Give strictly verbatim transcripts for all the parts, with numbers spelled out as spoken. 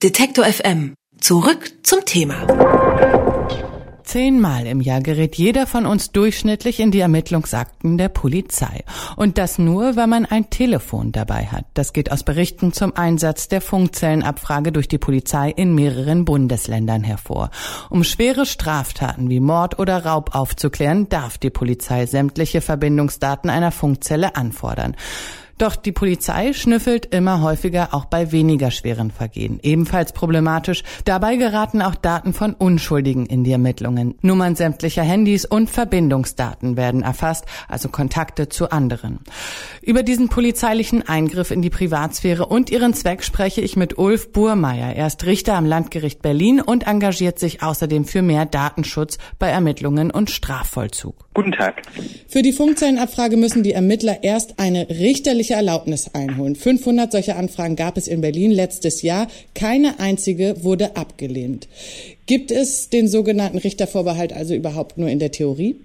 Detektor F M. Zurück zum Thema. Zehnmal im Jahr gerät jeder von uns durchschnittlich in die Ermittlungsakten der Polizei. Und das nur, weil man ein Telefon dabei hat. Das geht aus Berichten zum Einsatz der Funkzellenabfrage durch die Polizei in mehreren Bundesländern hervor. Um schwere Straftaten wie Mord oder Raub aufzuklären, darf die Polizei sämtliche Verbindungsdaten einer Funkzelle anfordern. Doch die Polizei schnüffelt immer häufiger auch bei weniger schweren Vergehen. Ebenfalls problematisch, dabei geraten auch Daten von Unschuldigen in die Ermittlungen. Nummern sämtlicher Handys und Verbindungsdaten werden erfasst, also Kontakte zu anderen. Über diesen polizeilichen Eingriff in die Privatsphäre und ihren Zweck spreche ich mit Ulf Burmeier. Er ist Richter am Landgericht Berlin und engagiert sich außerdem für mehr Datenschutz bei Ermittlungen und Strafvollzug. Guten Tag. Für die Funkzellenabfrage müssen die Ermittler erst eine richterliche Erlaubnis einholen. fünfhundert solcher Anfragen gab es in Berlin letztes Jahr. Keine einzige wurde abgelehnt. Gibt es den sogenannten Richtervorbehalt also überhaupt nur in der Theorie?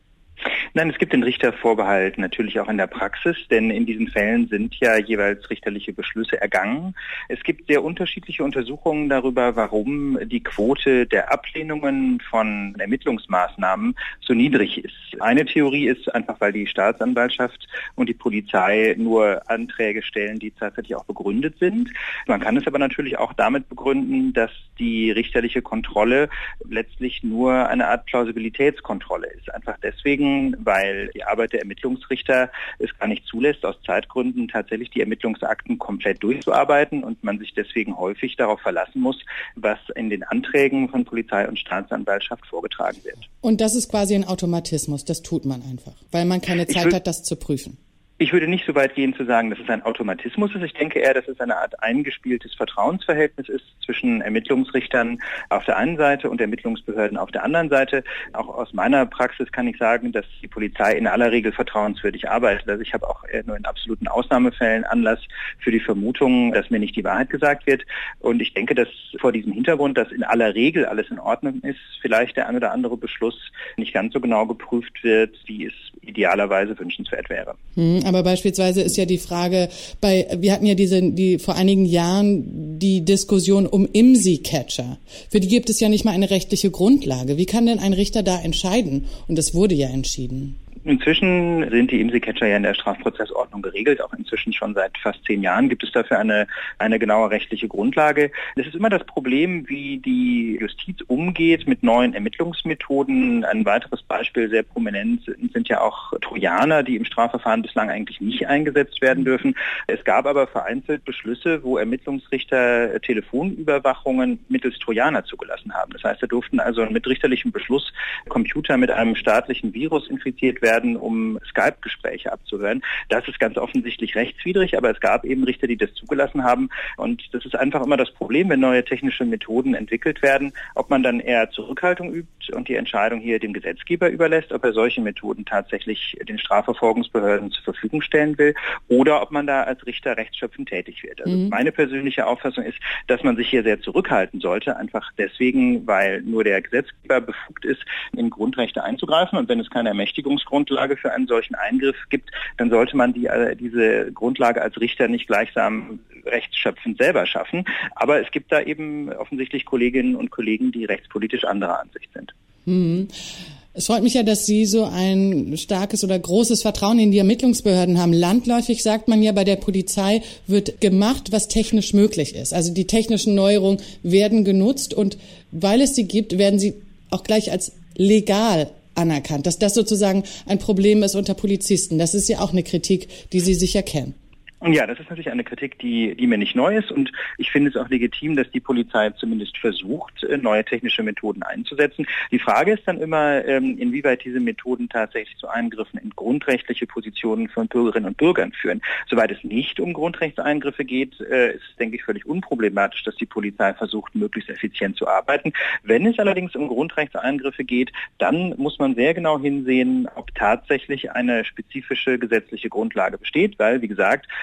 Nein, es gibt den Richtervorbehalt natürlich auch in der Praxis, denn in diesen Fällen sind ja jeweils richterliche Beschlüsse ergangen. Es gibt sehr unterschiedliche Untersuchungen darüber, warum die Quote der Ablehnungen von Ermittlungsmaßnahmen so niedrig ist. Eine Theorie ist einfach, weil die Staatsanwaltschaft und die Polizei nur Anträge stellen, die tatsächlich auch begründet sind. Man kann es aber natürlich auch damit begründen, dass die richterliche Kontrolle letztlich nur eine Art Plausibilitätskontrolle ist. Einfach deswegen, weil die Arbeit der Ermittlungsrichter es gar nicht zulässt, aus Zeitgründen tatsächlich die Ermittlungsakten komplett durchzuarbeiten und man sich deswegen häufig darauf verlassen muss, was in den Anträgen von Polizei und Staatsanwaltschaft vorgetragen wird. Und das ist quasi ein Automatismus, das tut man einfach, weil man keine Zeit hat, das zu prüfen. Ich würde nicht so weit gehen zu sagen, dass es ein Automatismus ist. Ich denke eher, dass es eine Art eingespieltes Vertrauensverhältnis ist zwischen Ermittlungsrichtern auf der einen Seite und Ermittlungsbehörden auf der anderen Seite. Auch aus meiner Praxis kann ich sagen, dass die Polizei in aller Regel vertrauenswürdig arbeitet. Also ich habe auch nur in absoluten Ausnahmefällen Anlass für die Vermutung, dass mir nicht die Wahrheit gesagt wird. Und ich denke, dass vor diesem Hintergrund, dass in aller Regel alles in Ordnung ist, vielleicht der ein oder andere Beschluss nicht ganz so genau geprüft wird, wie es idealerweise wünschenswert wäre. Hm. Aber beispielsweise ist ja die Frage, bei wir hatten ja diese die vor einigen Jahren die Diskussion um IMSI-Catcher. Für die gibt es ja nicht mal eine rechtliche Grundlage. Wie kann denn ein Richter da entscheiden? Und es wurde ja entschieden. Inzwischen sind die IMSI-Catcher ja in der Strafprozessordnung geregelt. Auch inzwischen schon seit fast zehn Jahren gibt es dafür eine, eine genaue rechtliche Grundlage. Es ist immer das Problem, wie die Justiz umgeht mit neuen Ermittlungsmethoden. Ein weiteres Beispiel, sehr prominent, sind ja auch Trojaner, die im Strafverfahren bislang eigentlich nicht eingesetzt werden dürfen. Es gab aber vereinzelt Beschlüsse, wo Ermittlungsrichter Telefonüberwachungen mittels Trojaner zugelassen haben. Das heißt, da durften also mit richterlichem Beschluss Computer mit einem staatlichen Virus infiziert werden, um Skype-Gespräche abzuhören. Das ist ganz offensichtlich rechtswidrig, aber es gab eben Richter, die das zugelassen haben. Und das ist einfach immer das Problem, wenn neue technische Methoden entwickelt werden, ob man dann eher Zurückhaltung übt und die Entscheidung hier dem Gesetzgeber überlässt, ob er solche Methoden tatsächlich den Strafverfolgungsbehörden zur Verfügung stellen will oder ob man da als Richter rechtsschöpfend tätig wird. Also mhm. meine persönliche Auffassung ist, dass man sich hier sehr zurückhalten sollte, einfach deswegen, weil nur der Gesetzgeber befugt ist, in Grundrechte einzugreifen und wenn es keine Ermächtigungsgrundlage für einen solchen Eingriff gibt, dann sollte man die, äh, diese Grundlage als Richter nicht gleichsam rechtsschöpfend selber schaffen. Aber es gibt da eben offensichtlich Kolleginnen und Kollegen, die rechtspolitisch anderer Ansicht sind. Mhm. Es freut mich ja, dass Sie so ein starkes oder großes Vertrauen in die Ermittlungsbehörden haben. Landläufig sagt man ja, bei der Polizei wird gemacht, was technisch möglich ist. Also die technischen Neuerungen werden genutzt und weil es sie gibt, werden sie auch gleich als legal anerkannt, dass das sozusagen ein Problem ist unter Polizisten. Das ist ja auch eine Kritik, die Sie sicher kennen. Ja, das ist natürlich eine Kritik, die, die mir nicht neu ist und ich finde es auch legitim, dass die Polizei zumindest versucht, neue technische Methoden einzusetzen. Die Frage ist dann immer, inwieweit diese Methoden tatsächlich zu Eingriffen in grundrechtliche Positionen von Bürgerinnen und Bürgern führen. Soweit es nicht um Grundrechtseingriffe geht, ist es, denke ich, völlig unproblematisch, dass die Polizei versucht, möglichst effizient zu arbeiten. Wenn es allerdings um Grundrechtseingriffe geht, dann muss man sehr genau hinsehen, ob tatsächlich eine spezifische gesetzliche Grundlage besteht, weil, wie gesagt,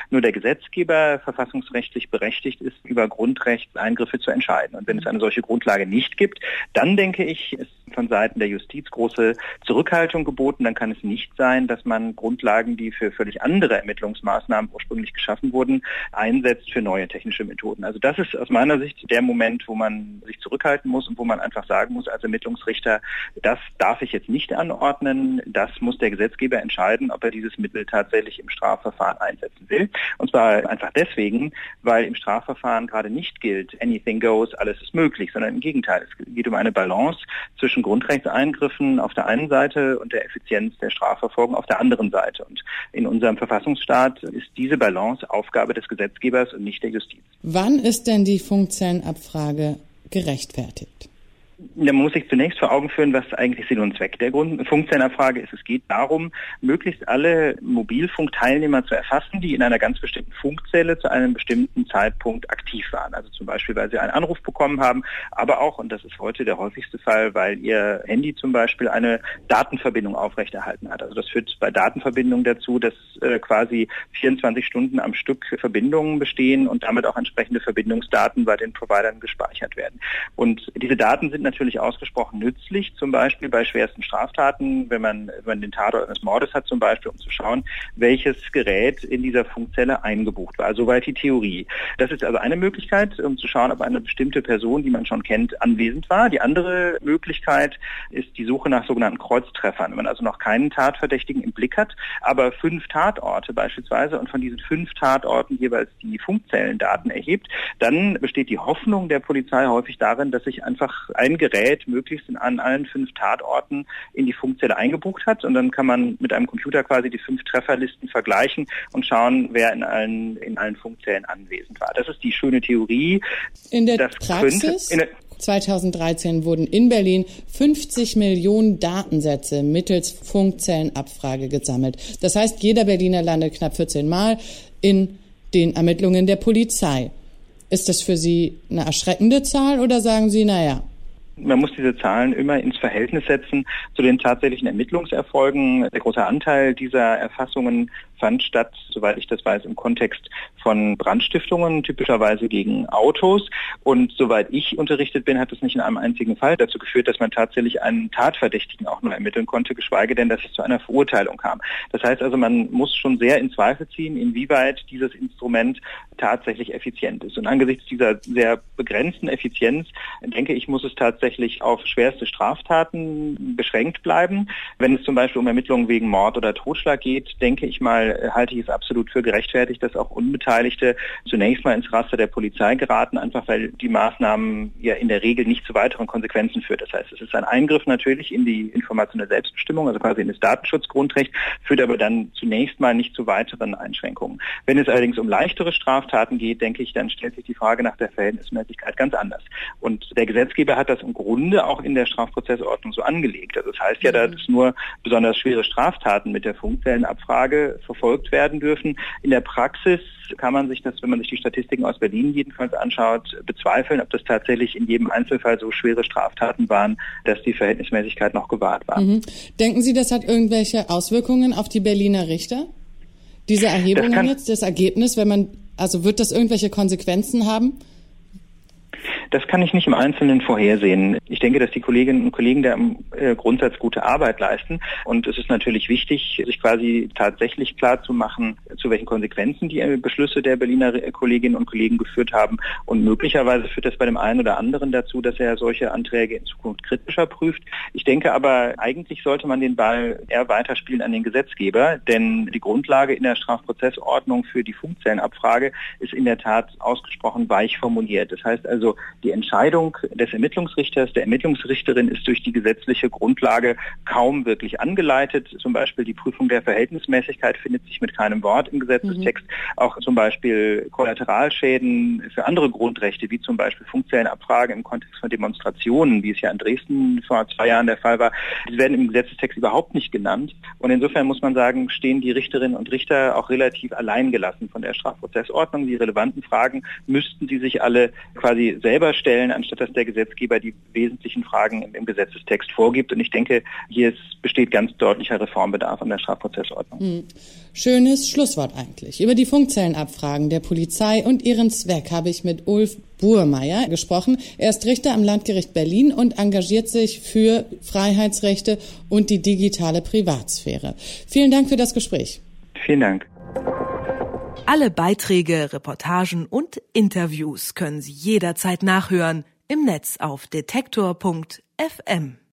Nur der Gesetzgeber verfassungsrechtlich berechtigt ist, über Grundrechtseingriffe zu entscheiden. Und wenn es eine solche Grundlage nicht gibt, dann denke ich, ist von Seiten der Justiz große Zurückhaltung geboten. Dann kann es nicht sein, dass man Grundlagen, die für völlig andere Ermittlungsmaßnahmen ursprünglich geschaffen wurden, einsetzt für neue technische Methoden. Also das ist aus meiner Sicht der Moment, wo man sich zurückhalten muss und wo man einfach sagen muss als Ermittlungsrichter, das darf ich jetzt nicht anordnen, das muss der Gesetzgeber entscheiden, ob er dieses Mittel tatsächlich im Strafverfahren einsetzen will. Und zwar einfach deswegen, weil im Strafverfahren gerade nicht gilt, anything goes, alles ist möglich, sondern im Gegenteil. Es geht um eine Balance zwischen Grundrechtseingriffen auf der einen Seite und der Effizienz der Strafverfolgung auf der anderen Seite. Und in unserem Verfassungsstaat ist diese Balance Aufgabe des Gesetzgebers und nicht der Justiz. Wann ist denn die Funkzellenabfrage gerechtfertigt? Ja, man muss sich zunächst vor Augen führen, was eigentlich Sinn und Zweck der Grund- Funkzellenabfrage ist. Es geht darum, möglichst alle Mobilfunkteilnehmer zu erfassen, die in einer ganz bestimmten Funkzelle zu einem bestimmten Zeitpunkt aktiv waren. Also zum Beispiel, weil sie einen Anruf bekommen haben, aber auch, und das ist heute der häufigste Fall, weil ihr Handy zum Beispiel eine Datenverbindung aufrechterhalten hat. Also das führt bei Datenverbindungen dazu, dass äh, quasi vierundzwanzig Stunden am Stück Verbindungen bestehen und damit auch entsprechende Verbindungsdaten bei den Providern gespeichert werden. Und diese Daten sind natürlich ausgesprochen nützlich, zum Beispiel bei schwersten Straftaten, wenn man, wenn man den Tatort eines Mordes hat zum Beispiel, um zu schauen, welches Gerät in dieser Funkzelle eingebucht war. Soweit die Theorie. Das ist also eine Möglichkeit, um zu schauen, ob eine bestimmte Person, die man schon kennt, anwesend war. Die andere Möglichkeit ist die Suche nach sogenannten Kreuztreffern. Wenn man also noch keinen Tatverdächtigen im Blick hat, aber fünf Tatorte beispielsweise und von diesen fünf Tatorten jeweils die Funkzellendaten erhebt, dann besteht die Hoffnung der Polizei häufig darin, dass sich einfach ein Gerät möglichst in, an allen fünf Tatorten in die Funkzelle eingebucht hat. Und dann kann man mit einem Computer quasi die fünf Trefferlisten vergleichen und schauen, wer in allen, in allen Funkzellen anwesend war. Das ist die schöne Theorie. In der das Praxis? Könnte, in der zweitausenddreizehn wurden in Berlin fünfzig Millionen Datensätze mittels Funkzellenabfrage gesammelt. Das heißt, jeder Berliner landet knapp vierzehn Mal in den Ermittlungen der Polizei. Ist das für Sie eine erschreckende Zahl oder sagen Sie, naja? Man muss diese Zahlen immer ins Verhältnis setzen zu den tatsächlichen Ermittlungserfolgen. Der große Anteil dieser Erfassungen fand statt, soweit ich das weiß, im Kontext von Brandstiftungen, typischerweise gegen Autos. Und soweit ich unterrichtet bin, hat es nicht in einem einzigen Fall dazu geführt, dass man tatsächlich einen Tatverdächtigen auch nur ermitteln konnte, geschweige denn, dass es zu einer Verurteilung kam. Das heißt also, man muss schon sehr in Zweifel ziehen, inwieweit dieses Instrument tatsächlich effizient ist. Und angesichts dieser sehr begrenzten Effizienz, denke ich, muss es tatsächlich auf schwerste Straftaten beschränkt bleiben. Wenn es zum Beispiel um Ermittlungen wegen Mord oder Totschlag geht, denke ich mal, halte ich es absolut für gerechtfertigt, dass auch Unbeteiligte zunächst mal ins Raster der Polizei geraten, einfach weil die Maßnahmen ja in der Regel nicht zu weiteren Konsequenzen führt. Das heißt, es ist ein Eingriff natürlich in die informationelle Selbstbestimmung, also quasi in das Datenschutzgrundrecht, führt aber dann zunächst mal nicht zu weiteren Einschränkungen. Wenn es allerdings um leichtere Straftaten geht, denke ich, dann stellt sich die Frage nach der Verhältnismäßigkeit ganz anders. Und der Gesetzgeber hat das im Grunde auch in der Strafprozessordnung so angelegt. Also das heißt ja, dass nur besonders schwere Straftaten mit der Funkzellenabfrage verfolgt werden dürfen. In der Praxis kann man sich das, wenn man sich die Statistiken aus Berlin jedenfalls anschaut, bezweifeln, ob das tatsächlich in jedem Einzelfall so schwere Straftaten waren, dass die Verhältnismäßigkeit noch gewahrt war. Mhm. Denken Sie, das hat irgendwelche Auswirkungen auf die Berliner Richter? Diese Erhebungen das jetzt, das Ergebnis, wenn man, also wird das irgendwelche Konsequenzen haben? Das kann ich nicht im Einzelnen vorhersehen. Ich denke, dass die Kolleginnen und Kollegen da im äh, Grundsatz gute Arbeit leisten. Und es ist natürlich wichtig, sich quasi tatsächlich klar zu machen, zu welchen Konsequenzen die äh, Beschlüsse der Berliner äh, Kolleginnen und Kollegen geführt haben. Und möglicherweise führt das bei dem einen oder anderen dazu, dass er solche Anträge in Zukunft kritischer prüft. Ich denke aber, eigentlich sollte man den Ball eher weiterspielen an den Gesetzgeber, denn die Grundlage in der Strafprozessordnung für die Funkzellenabfrage ist in der Tat ausgesprochen weich formuliert. Das heißt also, die Entscheidung des Ermittlungsrichters, der Ermittlungsrichterin ist durch die gesetzliche Grundlage kaum wirklich angeleitet. Zum Beispiel die Prüfung der Verhältnismäßigkeit findet sich mit keinem Wort im Gesetzestext. Mhm. Auch zum Beispiel Kollateralschäden für andere Grundrechte, wie zum Beispiel Funkzellenabfrage im Kontext von Demonstrationen, wie es ja in Dresden vor zwei Jahren der Fall war, die werden im Gesetzestext überhaupt nicht genannt. Und insofern muss man sagen, stehen die Richterinnen und Richter auch relativ allein gelassen von der Strafprozessordnung. Die relevanten Fragen müssten sie sich alle quasi selber stellen, anstatt dass der Gesetzgeber die wesentlichen Fragen im, im Gesetzestext vorgibt. Und ich denke, hier ist, besteht ganz deutlicher Reformbedarf an der Strafprozessordnung. Hm. Schönes Schlusswort eigentlich. Über die Funkzellenabfragen der Polizei und ihren Zweck habe ich mit Ulf Burmeier gesprochen. Er ist Richter am Landgericht Berlin und engagiert sich für Freiheitsrechte und die digitale Privatsphäre. Vielen Dank für das Gespräch. Vielen Dank. Alle Beiträge, Reportagen und Interviews können Sie jederzeit nachhören im Netz auf detektor punkt f m.